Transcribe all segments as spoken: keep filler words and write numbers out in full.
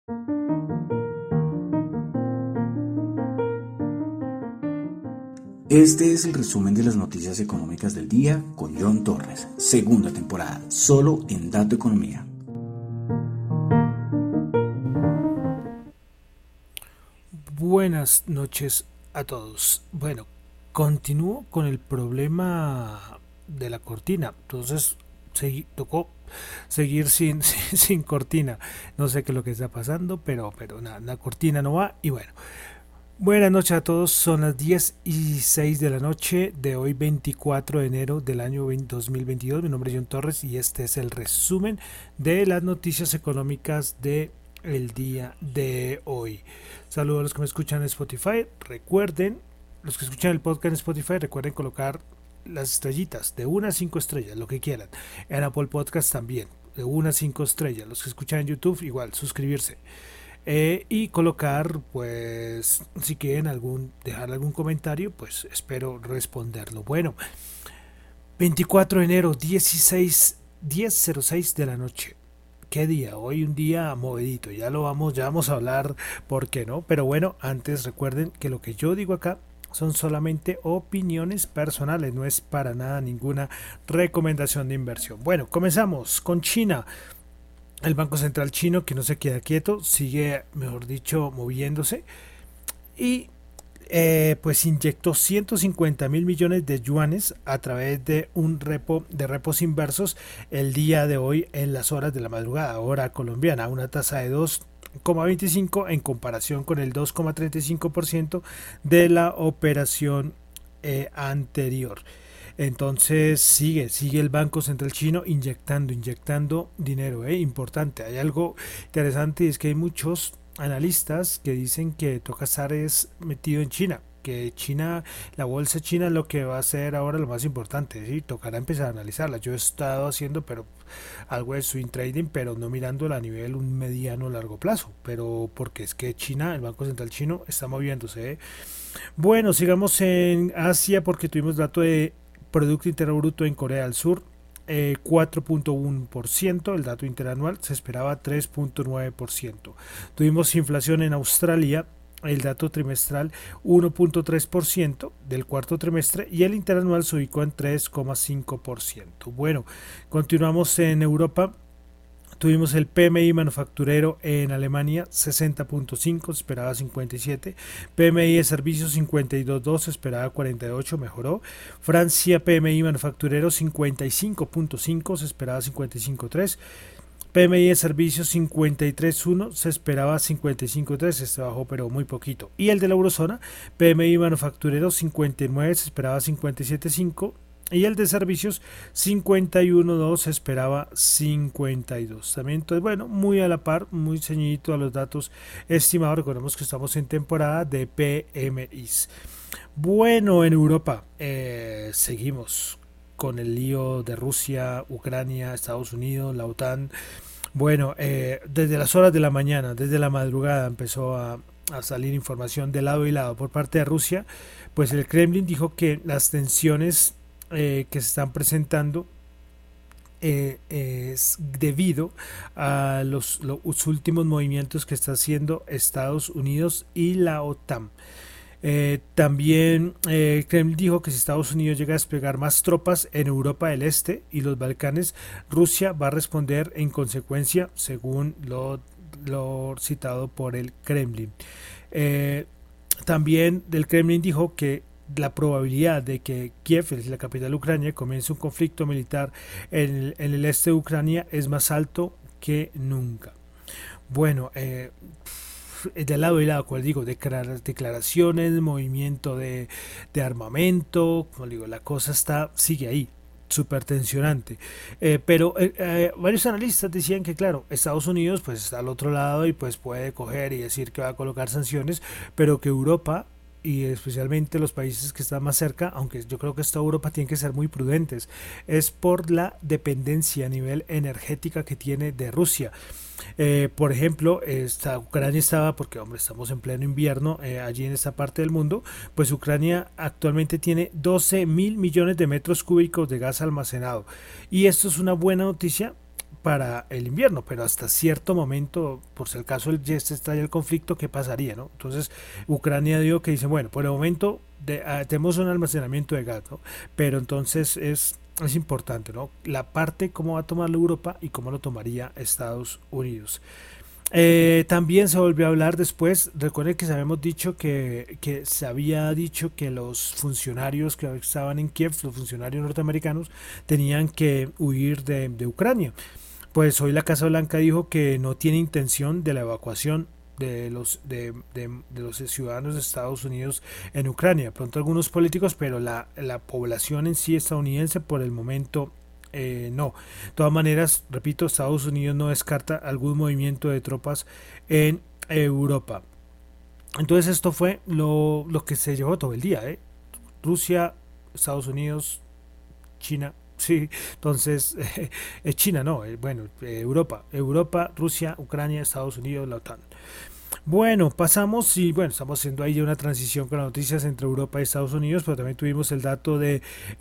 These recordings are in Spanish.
Este es el resumen de las noticias económicas del día con John Torres, segunda temporada, solo en Dato Economía. Buenas noches a todos. Bueno, continúo con el problema de la cortina. Entonces, segui- tocó seguir sin, sin, sin cortina. No sé qué es lo que está pasando, pero, pero nada, la cortina no va. Y bueno, buenas noches a todos. Son las diez y seis de la noche de hoy, veinticuatro de enero del año dos mil veintidós. Mi nombre es John Torres y este es el resumen de las noticias económicas de el día de hoy. Saludos a los que me escuchan en Spotify. Recuerden, los que escuchan el podcast en Spotify, recuerden colocar las estrellitas, de una a cinco estrellas, lo que quieran. En Apple Podcast también, de una a cinco estrellas. Los que escuchan en YouTube, igual, suscribirse. Eh, y colocar, pues, si quieren algún, dejar algún comentario, pues espero responderlo. Bueno, veinticuatro de enero, dieciséis, diez cero seis de la noche. ¿Qué día? Hoy un día movidito, ya lo vamos, ya vamos a hablar, ¿por qué no? Pero bueno, antes recuerden que lo que yo digo acá son solamente opiniones personales, no es para nada ninguna recomendación de inversión. Bueno, comenzamos con China. El Banco Central chino, que no se queda quieto, sigue, mejor dicho, moviéndose y eh, pues inyectó ciento cincuenta mil millones de yuanes a través de un repo de repos inversos el día de hoy en las horas de la madrugada, hora colombiana, una tasa de dos coma veinticinco en comparación con el dos coma treinta y cinco por ciento de la operación eh, anterior. Entonces sigue, sigue el Banco Central chino inyectando, inyectando dinero, ¿eh? Importante. Hay algo interesante y es que hay muchos analistas que dicen que toca estar es metido en China, que China, la bolsa china lo que va a ser ahora lo más importante, ¿sí? Tocará empezar a analizarla. Yo he estado haciendo pero algo de swing trading, pero no mirándola a nivel un mediano o largo plazo, pero porque es que China, el Banco Central chino está moviéndose, ¿eh? Bueno, sigamos en Asia porque tuvimos dato de Producto Interno Bruto en Corea del Sur, eh, cuatro punto uno por ciento, el dato interanual se esperaba tres punto nueve por ciento. Tuvimos inflación en Australia, el dato trimestral uno punto tres por ciento del cuarto trimestre y el interanual se ubicó en tres coma cinco por ciento. Bueno, continuamos en Europa. Tuvimos el P M I manufacturero en Alemania sesenta punto cinco, se esperaba cincuenta y siete. P M I de servicios cincuenta y dos punto dos, se esperaba cuarenta y ocho, mejoró. Francia P M I manufacturero cincuenta y cinco punto cinco, se esperaba cincuenta y cinco punto tres. P M I de servicios cincuenta y tres punto uno, se esperaba cincuenta y cinco punto tres, este bajó pero muy poquito. Y el de la eurozona, P M I manufacturero cincuenta y nueve, se esperaba cincuenta y siete punto cinco. Y el de servicios cincuenta y uno punto dos, se esperaba cincuenta y dos. También, entonces, bueno, muy a la par, muy ceñidito a los datos estimados. Recordemos que estamos en temporada de P M Is. Bueno, en Europa eh, seguimos con el lío de Rusia, Ucrania, Estados Unidos, la OTAN. Bueno, eh, desde las horas de la mañana, desde la madrugada empezó a, a salir información de lado y lado por parte de Rusia. Pues el Kremlin dijo que las tensiones Eh, que se están presentando eh, es debido a los, los últimos movimientos que está haciendo Estados Unidos y la OTAN. Eh, también eh, Kremlin dijo que si Estados Unidos llega a desplegar más tropas en Europa del Este y los Balcanes, Rusia va a responder en consecuencia, según lo, lo citado por el Kremlin. Eh, también del Kremlin dijo que la probabilidad de que Kiev, la capital de Ucrania, comience un conflicto militar en el, en el este de Ucrania es más alto que nunca. Bueno, eh, de lado y lado, como les digo, declaraciones, movimiento de, de armamento, como digo, la cosa está, sigue ahí, súper tensionante. Eh, pero eh, eh, varios analistas decían que, claro, Estados Unidos pues está al otro lado y pues puede coger y decir que va a colocar sanciones, pero que Europa y especialmente los países que están más cerca, aunque yo creo que esta Europa tiene que ser muy prudentes, es por la dependencia a nivel energética que tiene de Rusia. Eh, por ejemplo, esta, Ucrania estaba, porque hombre, estamos en pleno invierno eh, allí en esta parte del mundo, pues Ucrania actualmente tiene doce mil millones de metros cúbicos de gas almacenado. Y esto es una buena noticia para el invierno, pero hasta cierto momento, por si el caso el, ya se estalla el conflicto, ¿qué pasaría, no? Entonces, Ucrania dijo que dice, bueno, por el momento de, uh, tenemos un almacenamiento de gas, ¿no? Pero entonces es, es importante, ¿no? La parte, cómo va a tomarlo Europa y cómo lo tomaría Estados Unidos. Eh, también se volvió a hablar después, recuerden que se habíamos dicho que, que se había dicho que los funcionarios que estaban en Kiev, los funcionarios norteamericanos, tenían que huir de, de Ucrania. Pues hoy la Casa Blanca dijo que no tiene intención de la evacuación de los de, de, de los ciudadanos de Estados Unidos en Ucrania. Pronto algunos políticos, pero la, la población en sí estadounidense por el momento eh, no. De todas maneras, repito, Estados Unidos no descarta algún movimiento de tropas en Europa. Entonces esto fue lo, lo que se llevó todo el día, ¿eh? Rusia, Estados Unidos, China. Sí, entonces, eh, China no, eh, bueno, eh, Europa, Europa, Rusia, Ucrania, Estados Unidos, la OTAN. Bueno, pasamos y bueno, estamos haciendo ahí una transición con las noticias entre Europa y Estados Unidos, pero también tuvimos el dato de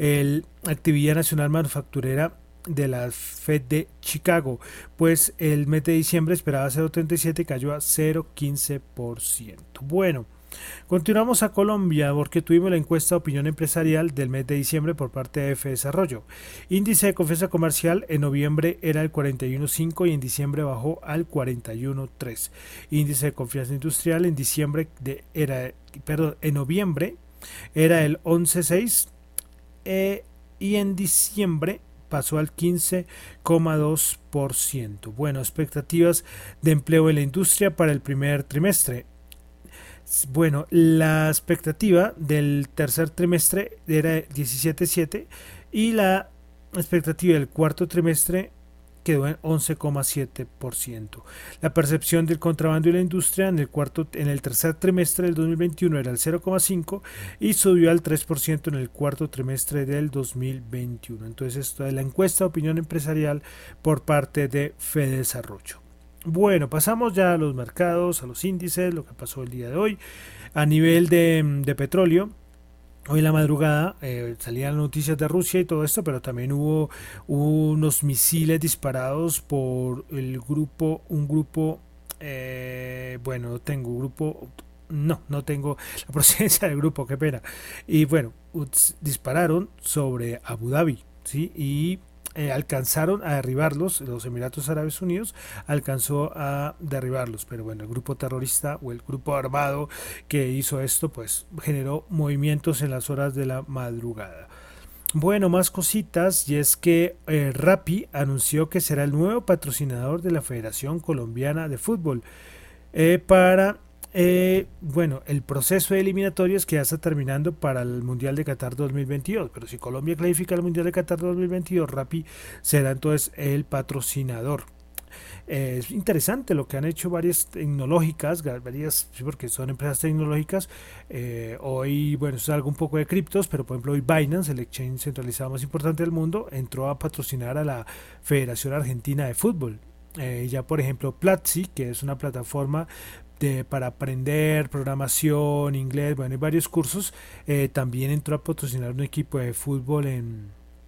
la actividad nacional manufacturera de la Fed de Chicago, pues el mes de diciembre esperaba cero coma treinta y siete y cayó a cero coma quince por ciento. Bueno, continuamos a Colombia porque tuvimos la encuesta de opinión empresarial del mes de diciembre por parte de F Desarrollo. Índice de confianza comercial en noviembre era el cuarenta y uno punto cinco y en diciembre bajó al cuarenta y uno punto tres. Índice de confianza industrial en diciembre de, era, perdón, en noviembre era el once punto seis eh, y en diciembre pasó al quince coma dos por ciento. Bueno, expectativas de empleo en la industria para el primer trimestre. Bueno, la expectativa del tercer trimestre era diecisiete punto siete y la expectativa del cuarto trimestre quedó en once coma siete por ciento. La percepción del contrabando y la industria en el cuarto en el tercer trimestre del dos mil veintiuno era el cero coma cinco por ciento y subió al tres por ciento en el cuarto trimestre del dos mil veintiuno. Entonces, esto es la encuesta de opinión empresarial por parte de Fedesarrollo. Bueno, pasamos ya a los mercados, a los índices, lo que pasó el día de hoy. A nivel de, de petróleo, hoy en la madrugada eh, salían noticias de Rusia y todo esto, pero también hubo, hubo unos misiles disparados por el grupo, un grupo, eh, bueno, no tengo grupo, no, no tengo la procedencia del grupo, qué pena. Y bueno, dispararon sobre Abu Dhabi, ¿sí? Y Eh, alcanzaron a derribarlos, los Emiratos Árabes Unidos alcanzó a derribarlos, pero bueno, el grupo terrorista o el grupo armado que hizo esto pues generó movimientos en las horas de la madrugada. Bueno, más cositas, y es que eh, Rappi anunció que será el nuevo patrocinador de la Federación Colombiana de Fútbol eh, para Eh, bueno, el proceso de eliminatorias que ya está terminando para el Mundial de Qatar dos mil veintidós, pero si Colombia clasifica al Mundial de Qatar dos mil veintidós, Rappi será entonces el patrocinador. Eh, es interesante lo que han hecho varias tecnológicas, varias, sí, porque son empresas tecnológicas. Eh, hoy, bueno, eso es algo un poco de criptos, pero por ejemplo hoy Binance, el exchange centralizado más importante del mundo, entró a patrocinar a la Federación Argentina de Fútbol. Eh, ya por ejemplo Platzi, que es una plataforma de, para aprender programación, inglés, bueno, hay varios cursos, eh, también entró a patrocinar un equipo de fútbol en,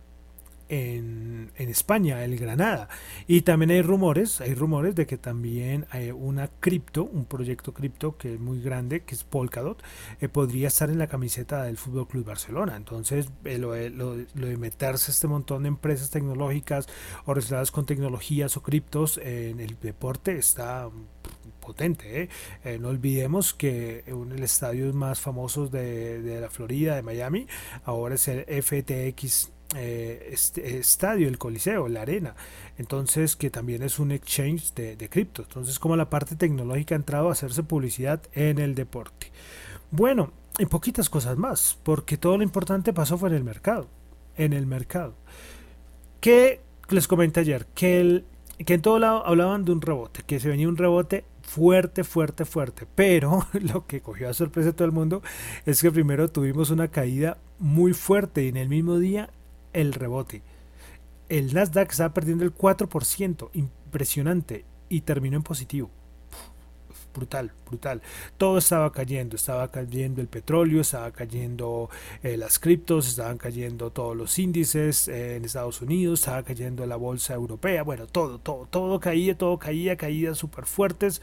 en, en España, el Granada. Y también hay rumores, hay rumores de que también hay una cripto, un proyecto cripto que es muy grande, que es Polkadot, eh, podría estar en la camiseta del Fútbol Club Barcelona. Entonces, eh, lo, lo, lo de meterse este montón de empresas tecnológicas o relacionadas con tecnologías o criptos eh, en el deporte está potente, ¿eh? Eh, no olvidemos que uno de los estadios más famosos de, de la Florida, de Miami, ahora es el F T X eh, este, estadio, el Coliseo, la arena, entonces que también es un exchange de, de cripto. Entonces, como la parte tecnológica ha entrado a hacerse publicidad en el deporte. Bueno, y poquitas cosas más, porque todo lo importante pasó fue en el mercado, en el mercado. Que les comenté ayer que el que en todo lado hablaban de un rebote, que se venía un rebote fuerte, fuerte, fuerte, pero lo que cogió a sorpresa a todo el mundo es que primero tuvimos una caída muy fuerte y en el mismo día el rebote. El Nasdaq estaba perdiendo el cuatro por ciento, impresionante, y terminó en positivo. brutal, brutal. Todo estaba cayendo, estaba cayendo el petróleo, estaba cayendo eh, las criptos, estaban cayendo todos los índices eh, en Estados Unidos, estaba cayendo la bolsa europea, bueno, todo, todo, todo caía, todo caía, caídas súper fuertes.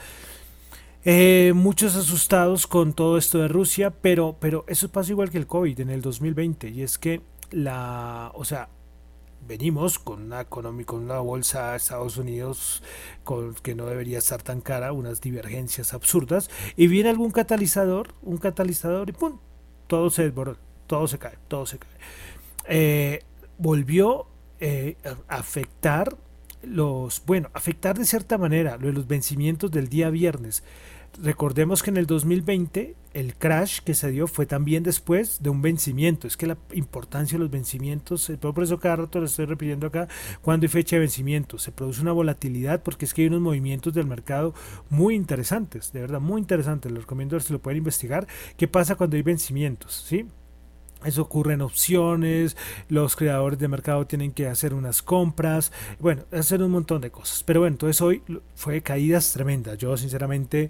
Eh, muchos asustados con todo esto de Rusia, pero, pero eso pasa igual que el COVID en el dos mil veinte, y es que la, o sea, venimos con una economía, con una bolsa de Estados Unidos con, que no debería estar tan cara, unas divergencias absurdas, y viene algún catalizador, un catalizador y ¡pum! Todo se desborda, todo se cae, todo se cae. Eh, volvió eh, a afectar los, bueno, afectar de cierta manera lo de los vencimientos del día viernes. Recordemos que en el dos mil veinte el crash que se dio fue también después de un vencimiento. Es que la importancia de los vencimientos, por eso cada rato lo estoy repitiendo acá, cuando hay fecha de vencimiento, se produce una volatilidad porque es que hay unos movimientos del mercado muy interesantes, de verdad muy interesantes. Les recomiendo ver si lo pueden investigar, qué pasa cuando hay vencimientos, ¿sí? Eso ocurre en opciones, los creadores de mercado tienen que hacer unas compras, bueno, hacer un montón de cosas. Pero bueno, entonces hoy fue caídas tremendas. Yo sinceramente,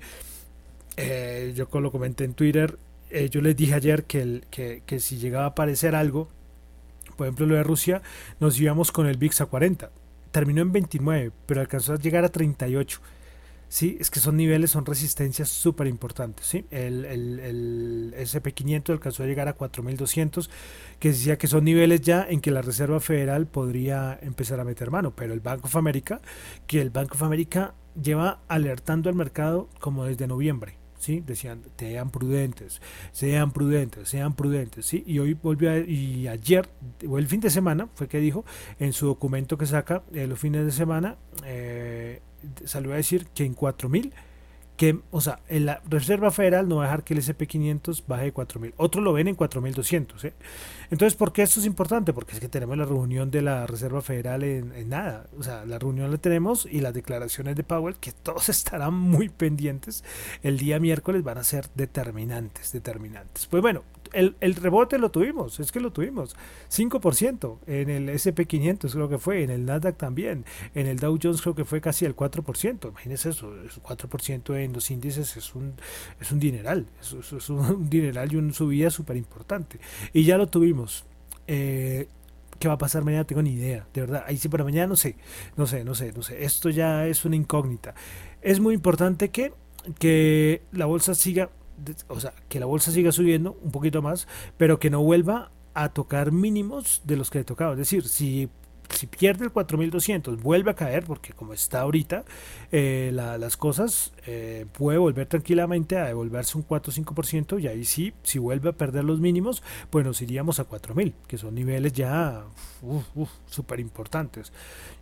eh, yo lo comenté en Twitter, eh, yo les dije ayer que, el, que, que si llegaba a aparecer algo, por ejemplo lo de Rusia, nos íbamos con el V I X a cuarenta. Terminó en veintinueve, pero alcanzó a llegar a treinta y ocho. Sí, es que son niveles, son resistencias súper importantes. ¿Sí? El, el, el ese and P quinientos alcanzó a llegar a cuatro mil doscientos, que decía que son niveles ya en que la Reserva Federal podría empezar a meter mano, pero el Bank of America, que el Bank of America lleva alertando al mercado como desde noviembre. ¿Sí? Decían, sean prudentes, sean prudentes, sean prudentes, ¿sí? Y hoy volvió a, y ayer, o el fin de semana, fue que dijo en su documento que saca eh, los fines de semana, eh, salió a decir que en cuatro mil, que, o sea, en la Reserva Federal no va a dejar que el ese and P quinientos baje de cuatro mil. Otros lo ven en cuatro mil doscientos. ¿eh? Entonces, ¿por qué esto es importante? Porque es que tenemos la reunión de la Reserva Federal en, en nada. O sea, la reunión la tenemos y las declaraciones de Powell, que todos estarán muy pendientes, el día miércoles van a ser determinantes, determinantes. Pues bueno, el, el rebote lo tuvimos, es que lo tuvimos. cinco por ciento en el ese and P quinientos creo que fue, en el Nasdaq también, en el Dow Jones creo que fue casi el cuatro por ciento. Imagínense eso, cuatro por ciento en los índices es un, es un dineral, es, es, es un dineral y una subida súper importante. Y ya lo tuvimos. Eh, ¿Qué va a pasar mañana? Tengo ni idea, de verdad. Ahí sí, para mañana no sé, no sé, no sé, no sé. Esto ya es una incógnita. Es muy importante que, que la bolsa siga, o sea, que la bolsa siga subiendo un poquito más, pero que no vuelva a tocar mínimos de los que le tocaba. Es decir, si si pierde el cuatro mil doscientos, vuelve a caer, porque como está ahorita eh, la, las cosas, eh, puede volver tranquilamente a devolverse un cuatro o cinco por ciento, y ahí sí, si vuelve a perder los mínimos, pues nos iríamos a cuatro mil, que son niveles ya súper importantes.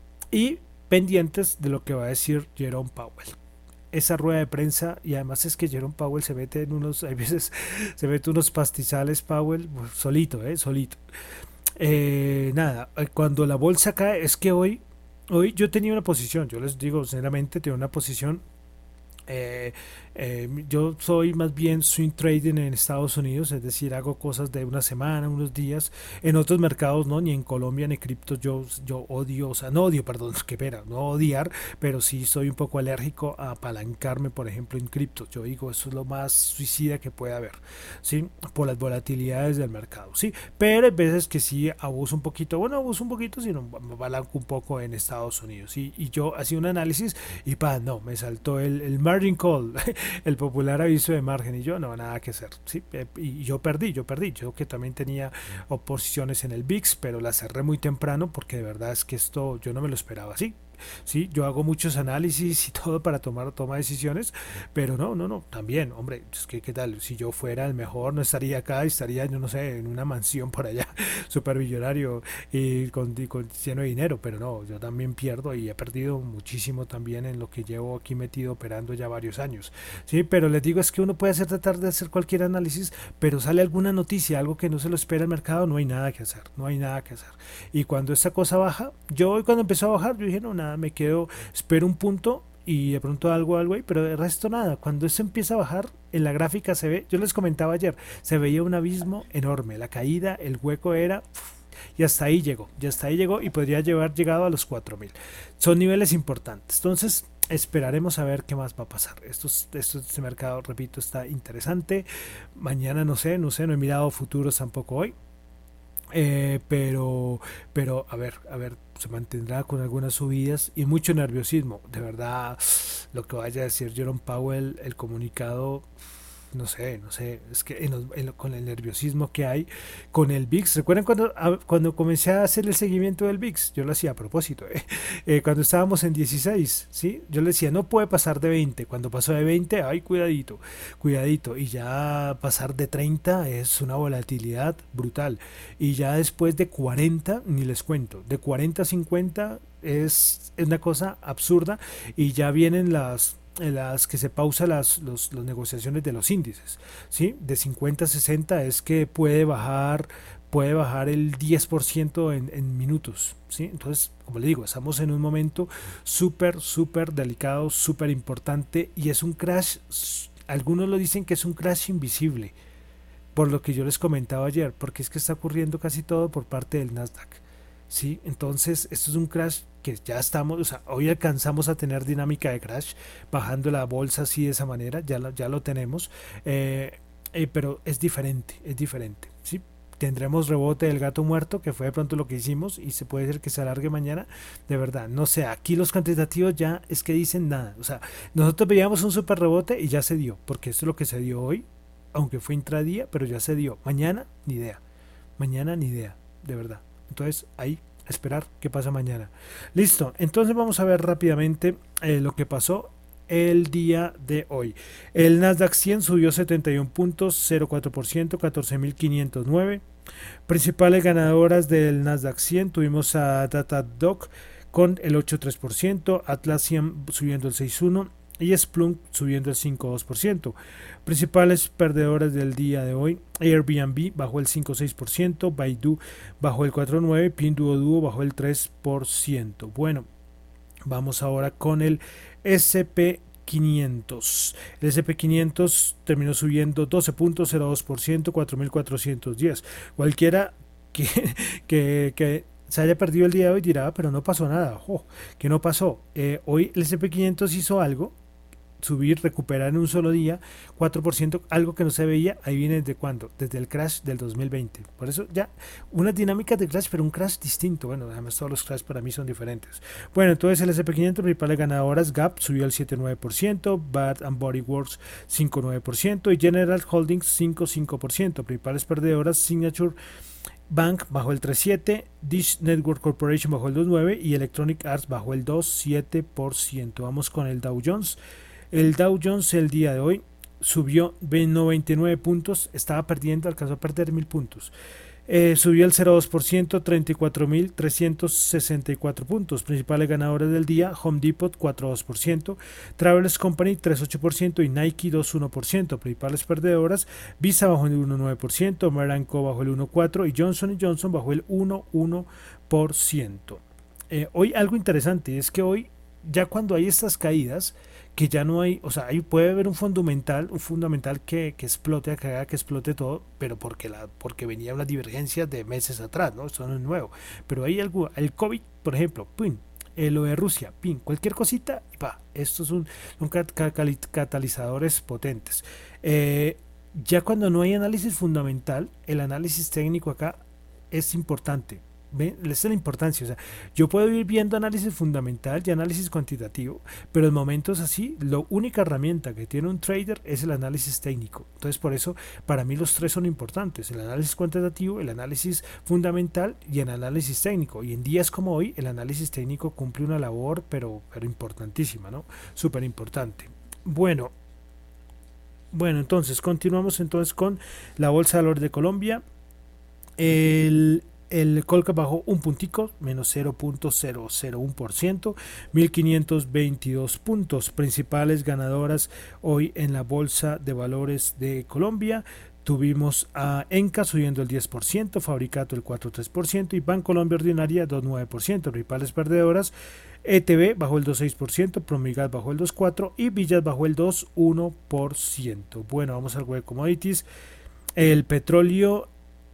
Y pendientes de lo que va a decir Jerome Powell. Esa rueda de prensa, y además es que Jerome Powell se mete en unos, hay veces se mete unos pastizales Powell, solito, eh, solito. Eh, nada, cuando la bolsa cae, es que hoy, hoy yo tenía una posición, yo les digo sinceramente, tenía una posición. Eh, eh, yo soy más bien swing trading en Estados Unidos, es decir, hago cosas de una semana, unos días. En otros mercados no, ni en Colombia ni cripto. Yo, yo odio, o sea, no odio, perdón, que pena, no odiar, pero sí soy un poco alérgico a apalancarme, por ejemplo, en cripto. Yo digo, eso es lo más suicida que puede haber, ¿sí? Por las volatilidades del mercado, ¿sí? Pero hay veces que sí abuso un poquito, bueno, abuso un poquito, sino me apalanco un poco en Estados Unidos, ¿sí? Y yo hacía un análisis y pa, no, me saltó el, el margin call, el popular aviso de margen, y yo no, nada que hacer, ¿sí? Y yo perdí, yo perdí, yo que también tenía oposiciones en el V I X, pero la cerré muy temprano porque de verdad es que esto yo no me lo esperaba así. Sí, yo hago muchos análisis y todo para tomar toma de decisiones, pero no, no, no, también, hombre, es que qué tal, si yo fuera el mejor no estaría acá, estaría, yo no sé, en una mansión por allá, súper millonario y con, y con lleno de dinero, pero no, yo también pierdo y he perdido muchísimo también en lo que llevo aquí metido operando ya varios años, sí, pero les digo, es que uno puede hacer, tratar de hacer cualquier análisis, pero sale alguna noticia, algo que no se lo espera el mercado, no hay nada que hacer, no hay nada que hacer, y cuando esta cosa baja, yo hoy cuando empezó a bajar, yo dije, no, nada, me quedo, espero un punto y de pronto algo, algo ahí, pero de resto nada. Cuando eso empieza a bajar, en la gráfica se ve, yo les comentaba ayer, se veía un abismo enorme, la caída, el hueco era, y hasta ahí llegó, y hasta ahí llegó y podría llevar llegado a los cuatro mil. Son niveles importantes. Entonces, esperaremos a ver qué más va a pasar. Esto, esto, este mercado, repito, está interesante. Mañana no sé, no sé, no he mirado futuros tampoco hoy. Eh, pero, pero a ver, a ver, se mantendrá con algunas subidas y mucho nerviosismo. De verdad, lo que vaya a decir Jerome Powell, el comunicado, no sé, no sé, es que en los- en lo- con el nerviosismo que hay con el V I X, ¿recuerdan cuando, a- cuando comencé a hacer el seguimiento del V I X? Yo lo hacía a propósito, eh, eh, cuando estábamos en dieciséis, ¿sí? Yo le decía, no puede pasar de veinte, cuando pasó de veinte, ay, cuidadito, cuidadito, y ya pasar de treinta es una volatilidad brutal, y ya después de cuarenta, ni les cuento, de cuarenta a cincuenta es, es una cosa absurda, y ya vienen las en las que se pausa las los, los negociaciones de los índices, ¿sí? De cincuenta a sesenta es que puede bajar puede bajar el diez por ciento en, en minutos, ¿sí? Entonces, como le digo, estamos en un momento súper, súper delicado, súper importante y es un crash, algunos lo dicen que es un crash invisible, por lo que yo les comentaba ayer, porque es que está ocurriendo casi todo por parte del Nasdaq. ¿Sí? Entonces, esto es un crash que ya estamos, o sea, hoy alcanzamos a tener dinámica de crash, bajando la bolsa así de esa manera, ya lo, ya lo tenemos, eh, eh, pero es diferente, es diferente, ¿sí? Tendremos rebote del gato muerto, que fue de pronto lo que hicimos, y se puede ser que se alargue mañana, de verdad, no sé, aquí los cuantitativos ya es que dicen nada, o sea, nosotros veíamos un super rebote y ya se dio, porque esto es lo que se dio hoy, aunque fue intradía, pero ya se dio, mañana, ni idea, mañana, ni idea, de verdad. Entonces, ahí, a esperar qué pasa mañana. Listo, entonces vamos a ver rápidamente eh, lo que pasó el día de hoy. El Nasdaq cien subió setenta y uno puntos, cero coma cuatro por ciento, catorce mil quinientos nueve. Principales ganadoras del Nasdaq cien, tuvimos a Datadog con el ocho coma tres por ciento, Atlassian subiendo el seis coma uno por ciento y Splunk subiendo el cinco coma dos por ciento. Principales perdedoras del día de hoy: Airbnb bajó el cinco coma seis por ciento, Baidu bajó el cuatro coma nueve por ciento, Pinduoduo bajó el tres por ciento. Bueno, vamos ahora con el ese pe quinientos. El ese pe quinientos terminó subiendo doce coma cero dos por ciento, cuatro mil cuatrocientos diez. Cualquiera que, que, que se haya perdido el día de hoy dirá, pero no pasó nada. Oh, ¿qué no pasó? Eh, hoy el ese pe quinientos hizo algo, subir, recuperar en un solo día cuatro por ciento, algo que no se veía, ahí viene desde cuándo, desde el crash del dos mil veinte. Por eso ya, unas dinámicas de crash, pero un crash distinto. Bueno, además todos los crash para mí son diferentes. Bueno, entonces el ese pe quinientos, principales ganadoras: Gap subió el siete coma nueve por ciento, Bath and Body Works cinco coma nueve por ciento y General Holdings cinco coma cinco por ciento. Principales perdedoras: Signature Bank bajó el tres coma siete por ciento, Dish Network Corporation bajó el dos coma nueve por ciento y Electronic Arts bajó el dos coma siete por ciento. Vamos con el Dow Jones. El Dow Jones el día de hoy subió noventa y nueve puntos, estaba perdiendo, alcanzó a perder mil puntos. Eh, subió el cero coma dos por ciento, treinta y cuatro mil trescientos sesenta y cuatro puntos. Principales ganadores del día: Home Depot cuatro coma dos por ciento, Travelers Company tres coma ocho por ciento y Nike dos coma uno por ciento. Principales perdedoras: Visa bajó el uno coma nueve por ciento, Merck Co bajó el uno coma cuatro por ciento y Johnson y Johnson bajó el uno coma uno por ciento. Eh, hoy algo interesante es que hoy, ya cuando hay estas caídas, que ya no hay, o sea, ahí puede haber un fundamental, un fundamental que, que explote, que haga que explote todo, pero porque la, porque venía una divergencia de meses atrás, ¿no? Esto no es nuevo. Pero hay algo, el COVID, por ejemplo, pum, eh, lo de Rusia, pin, cualquier cosita, pa, estos son, son cat catalizadores potentes. Eh, ya cuando no hay análisis fundamental, el análisis técnico acá es importante. ¿Ven? Esa es la importancia. O sea, yo puedo ir viendo análisis fundamental y análisis cuantitativo, pero en momentos así, la única herramienta que tiene un trader es el análisis técnico. Entonces, por eso, para mí los tres son importantes: el análisis cuantitativo, el análisis fundamental y el análisis técnico. Y en días como hoy, el análisis técnico cumple una labor, pero, pero importantísima, ¿no? Súper importante. Bueno, bueno, entonces, continuamos entonces con la Bolsa de Valores de Colombia. El El Colca bajó un puntico, menos cero coma cero cero uno por ciento, mil quinientos veintidós puntos. Principales ganadoras hoy en la Bolsa de Valores de Colombia: tuvimos a Enca subiendo el diez por ciento, Fabricato el cuatro coma tres por ciento y Bancolombia Ordinaria dos coma nueve por ciento. Principales perdedoras: E T B bajó el dos coma seis por ciento, Promigas bajó el dos coma cuatro por ciento y Villas bajó el dos coma uno por ciento. Bueno, vamos al web commodities. El petróleo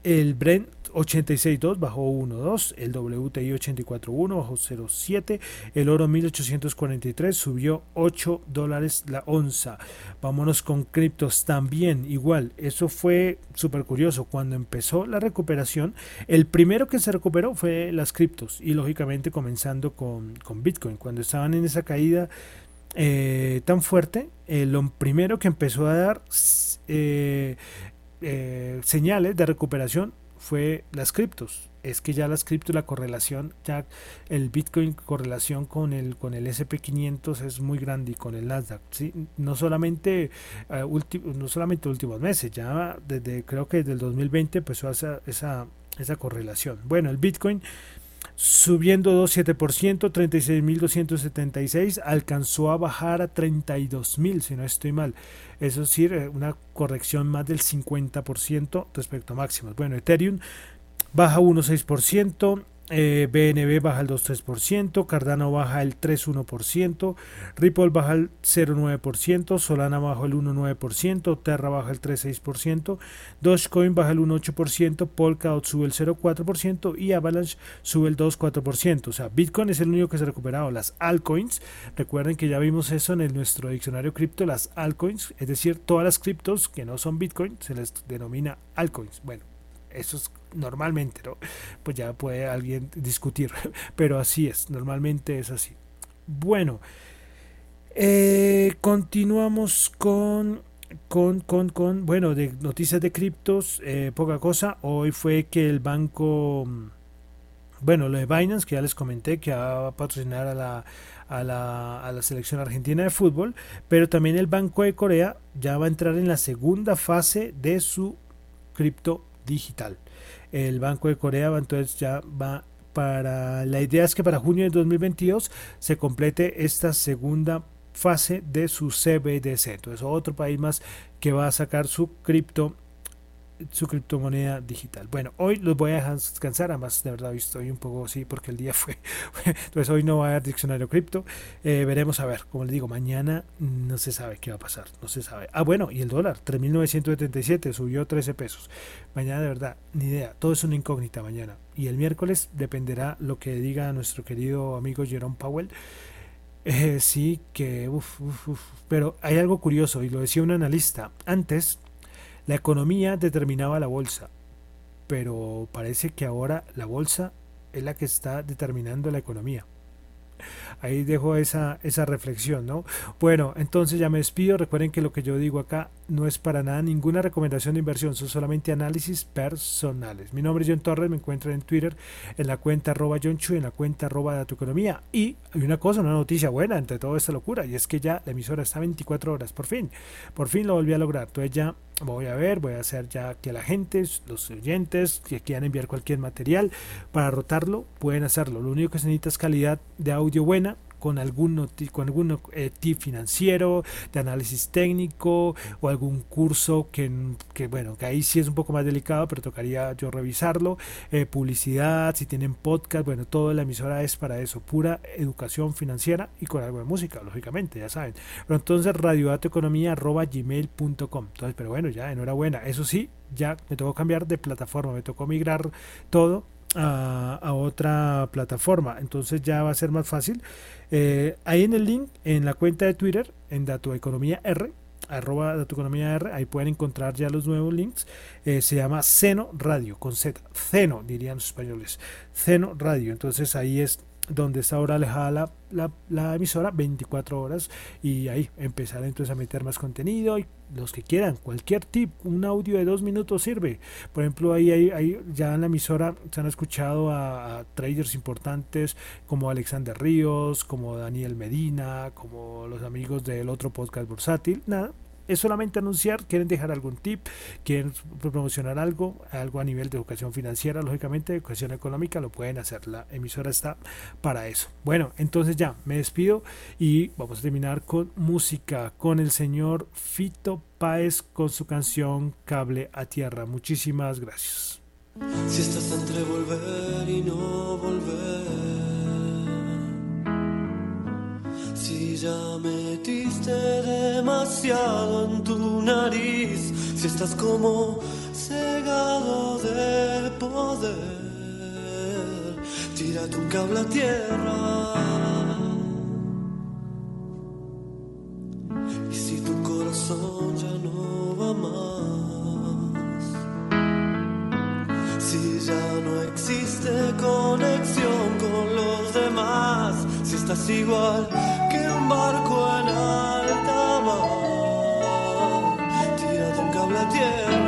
el Brent ochenta y seis punto dos bajó uno punto dos, el W T I ochenta y cuatro punto uno bajó cero punto siete, el oro mil ochocientos cuarenta y tres subió ocho dólares la onza. Vámonos con criptos también, igual, eso fue súper curioso. Cuando empezó la recuperación, el primero que se recuperó fue las criptos, y lógicamente comenzando con, con Bitcoin. Cuando estaban en esa caída eh, tan fuerte, eh, lo primero que empezó a dar eh, eh, señales de recuperación fue las criptos. Es que ya las criptos, la correlación, ya el Bitcoin correlación con el con el ese and pe quinientos es muy grande, y con el Nasdaq, ¿sí? No solamente uh, ulti, no solamente últimos meses, ya desde, creo que desde el dos mil veinte empezó esa esa esa correlación. Bueno, el Bitcoin subiendo dos punto siete por ciento, treinta y seis mil doscientos setenta y seis, alcanzó a bajar a treinta y dos mil, si no estoy mal. Eso es decir, una corrección más del cincuenta por ciento respecto a máximos. Bueno, Ethereum baja uno punto seis por ciento, eh, B N B baja el dos punto tres por ciento, Cardano baja el tres punto uno por ciento, Ripple baja el cero punto nueve por ciento, Solana baja el uno punto nueve por ciento, Terra baja el tres punto seis por ciento, Dogecoin baja el uno punto ocho por ciento, Polkadot sube el cero punto cuatro por ciento y Avalanche sube el dos punto cuatro por ciento. O sea, Bitcoin es el único que se ha recuperado. Las altcoins, recuerden que ya vimos eso en el, nuestro diccionario cripto, las altcoins, es decir, todas las criptos que no son Bitcoin se les denomina altcoins. Bueno, eso es normalmente, ¿no? Pues ya puede alguien discutir, pero así es, normalmente es así. Bueno, eh, continuamos con, con, con, con, bueno, de noticias de criptos, eh, poca cosa. Hoy fue que el banco, bueno, lo de Binance, que ya les comenté, que va a patrocinar a la, a la, a la selección argentina de fútbol, pero también el Banco de Corea ya va a entrar en la segunda fase de su cripto digital. El Banco de Corea va, entonces ya va para, la idea es que para junio de dos mil veintidós se complete esta segunda fase de su C B D C. Entonces otro país más que va a sacar su cripto su criptomoneda digital. Bueno, hoy los voy a dejar descansar, además de verdad hoy estoy un poco así porque el día fue, entonces hoy no va a haber diccionario cripto, eh, veremos a ver, como les digo, mañana no se sabe qué va a pasar, no se sabe. Ah, bueno, y el dólar, tres mil novecientos setenta y siete, subió trece pesos, mañana de verdad, ni idea, todo es una incógnita mañana, y el miércoles dependerá lo que diga nuestro querido amigo Jerome Powell. Eh, sí, que uf, uf, uf. Pero hay algo curioso, y lo decía un analista, antes la economía determinaba la bolsa, pero parece que ahora la bolsa es la que está determinando la economía. Ahí dejo esa, esa reflexión, ¿no? Bueno, entonces ya me despido. Recuerden que lo que yo digo acá no es para nada ninguna recomendación de inversión, son solamente análisis personales. Mi nombre es John Torres, me encuentran en Twitter en la cuenta arroba John Chu, en la cuenta arroba Datoeconomía. Y hay una cosa, una noticia buena entre toda esta locura, y es que ya la emisora está veinticuatro horas, por fin, por fin lo volví a lograr. Entonces ya voy a ver, voy a hacer ya que la gente, los oyentes que quieran enviar cualquier material para rotarlo, pueden hacerlo. Lo único que se necesita es calidad de audio buena, con algún, con algún eh, tip financiero, de análisis técnico, o algún curso que, que, bueno, que ahí sí es un poco más delicado, pero tocaría yo revisarlo, eh, publicidad, si tienen podcast, bueno, toda la emisora es para eso, pura educación financiera y con algo de música, lógicamente, ya saben. Pero entonces radiodatoeconomía arroba gmail punto com. Entonces, pero bueno, ya enhorabuena. Eso sí, ya me tocó cambiar de plataforma, me tocó migrar todo A, a otra plataforma, entonces ya va a ser más fácil. Eh, ahí en el link, en la cuenta de Twitter, en Datoeconomía R, arroba Datoeconomía R, ahí pueden encontrar ya los nuevos links. Eh, se llama Seno Radio, con Z, Seno dirían los españoles, Seno Radio. Entonces ahí es donde está ahora alejada la, la, la emisora, veinticuatro horas, y ahí empezar entonces a meter más contenido, y los que quieran, cualquier tip, un audio de dos minutos sirve. Por ejemplo, ahí, ahí, ahí ya en la emisora se han escuchado a, a traders importantes como Alexander Ríos, como Daniel Medina, como los amigos del otro podcast bursátil. Nada, es solamente anunciar, quieren dejar algún tip, quieren promocionar algo, algo a nivel de educación financiera, lógicamente, de educación económica, lo pueden hacer, la emisora está para eso. Bueno, entonces ya, me despido y vamos a terminar con música, con el señor Fito Páez, con su canción Cable a Tierra. Muchísimas gracias. Si estás entre volver y no volver, si ya metiste demasiado en tu nariz, si estás como cegado de poder, tírate un cable a tierra. Y si tu corazón ya no va más, si ya no existe conexión con los demás, si estás igual que un barco en alta mar, tírate un cable a tierra.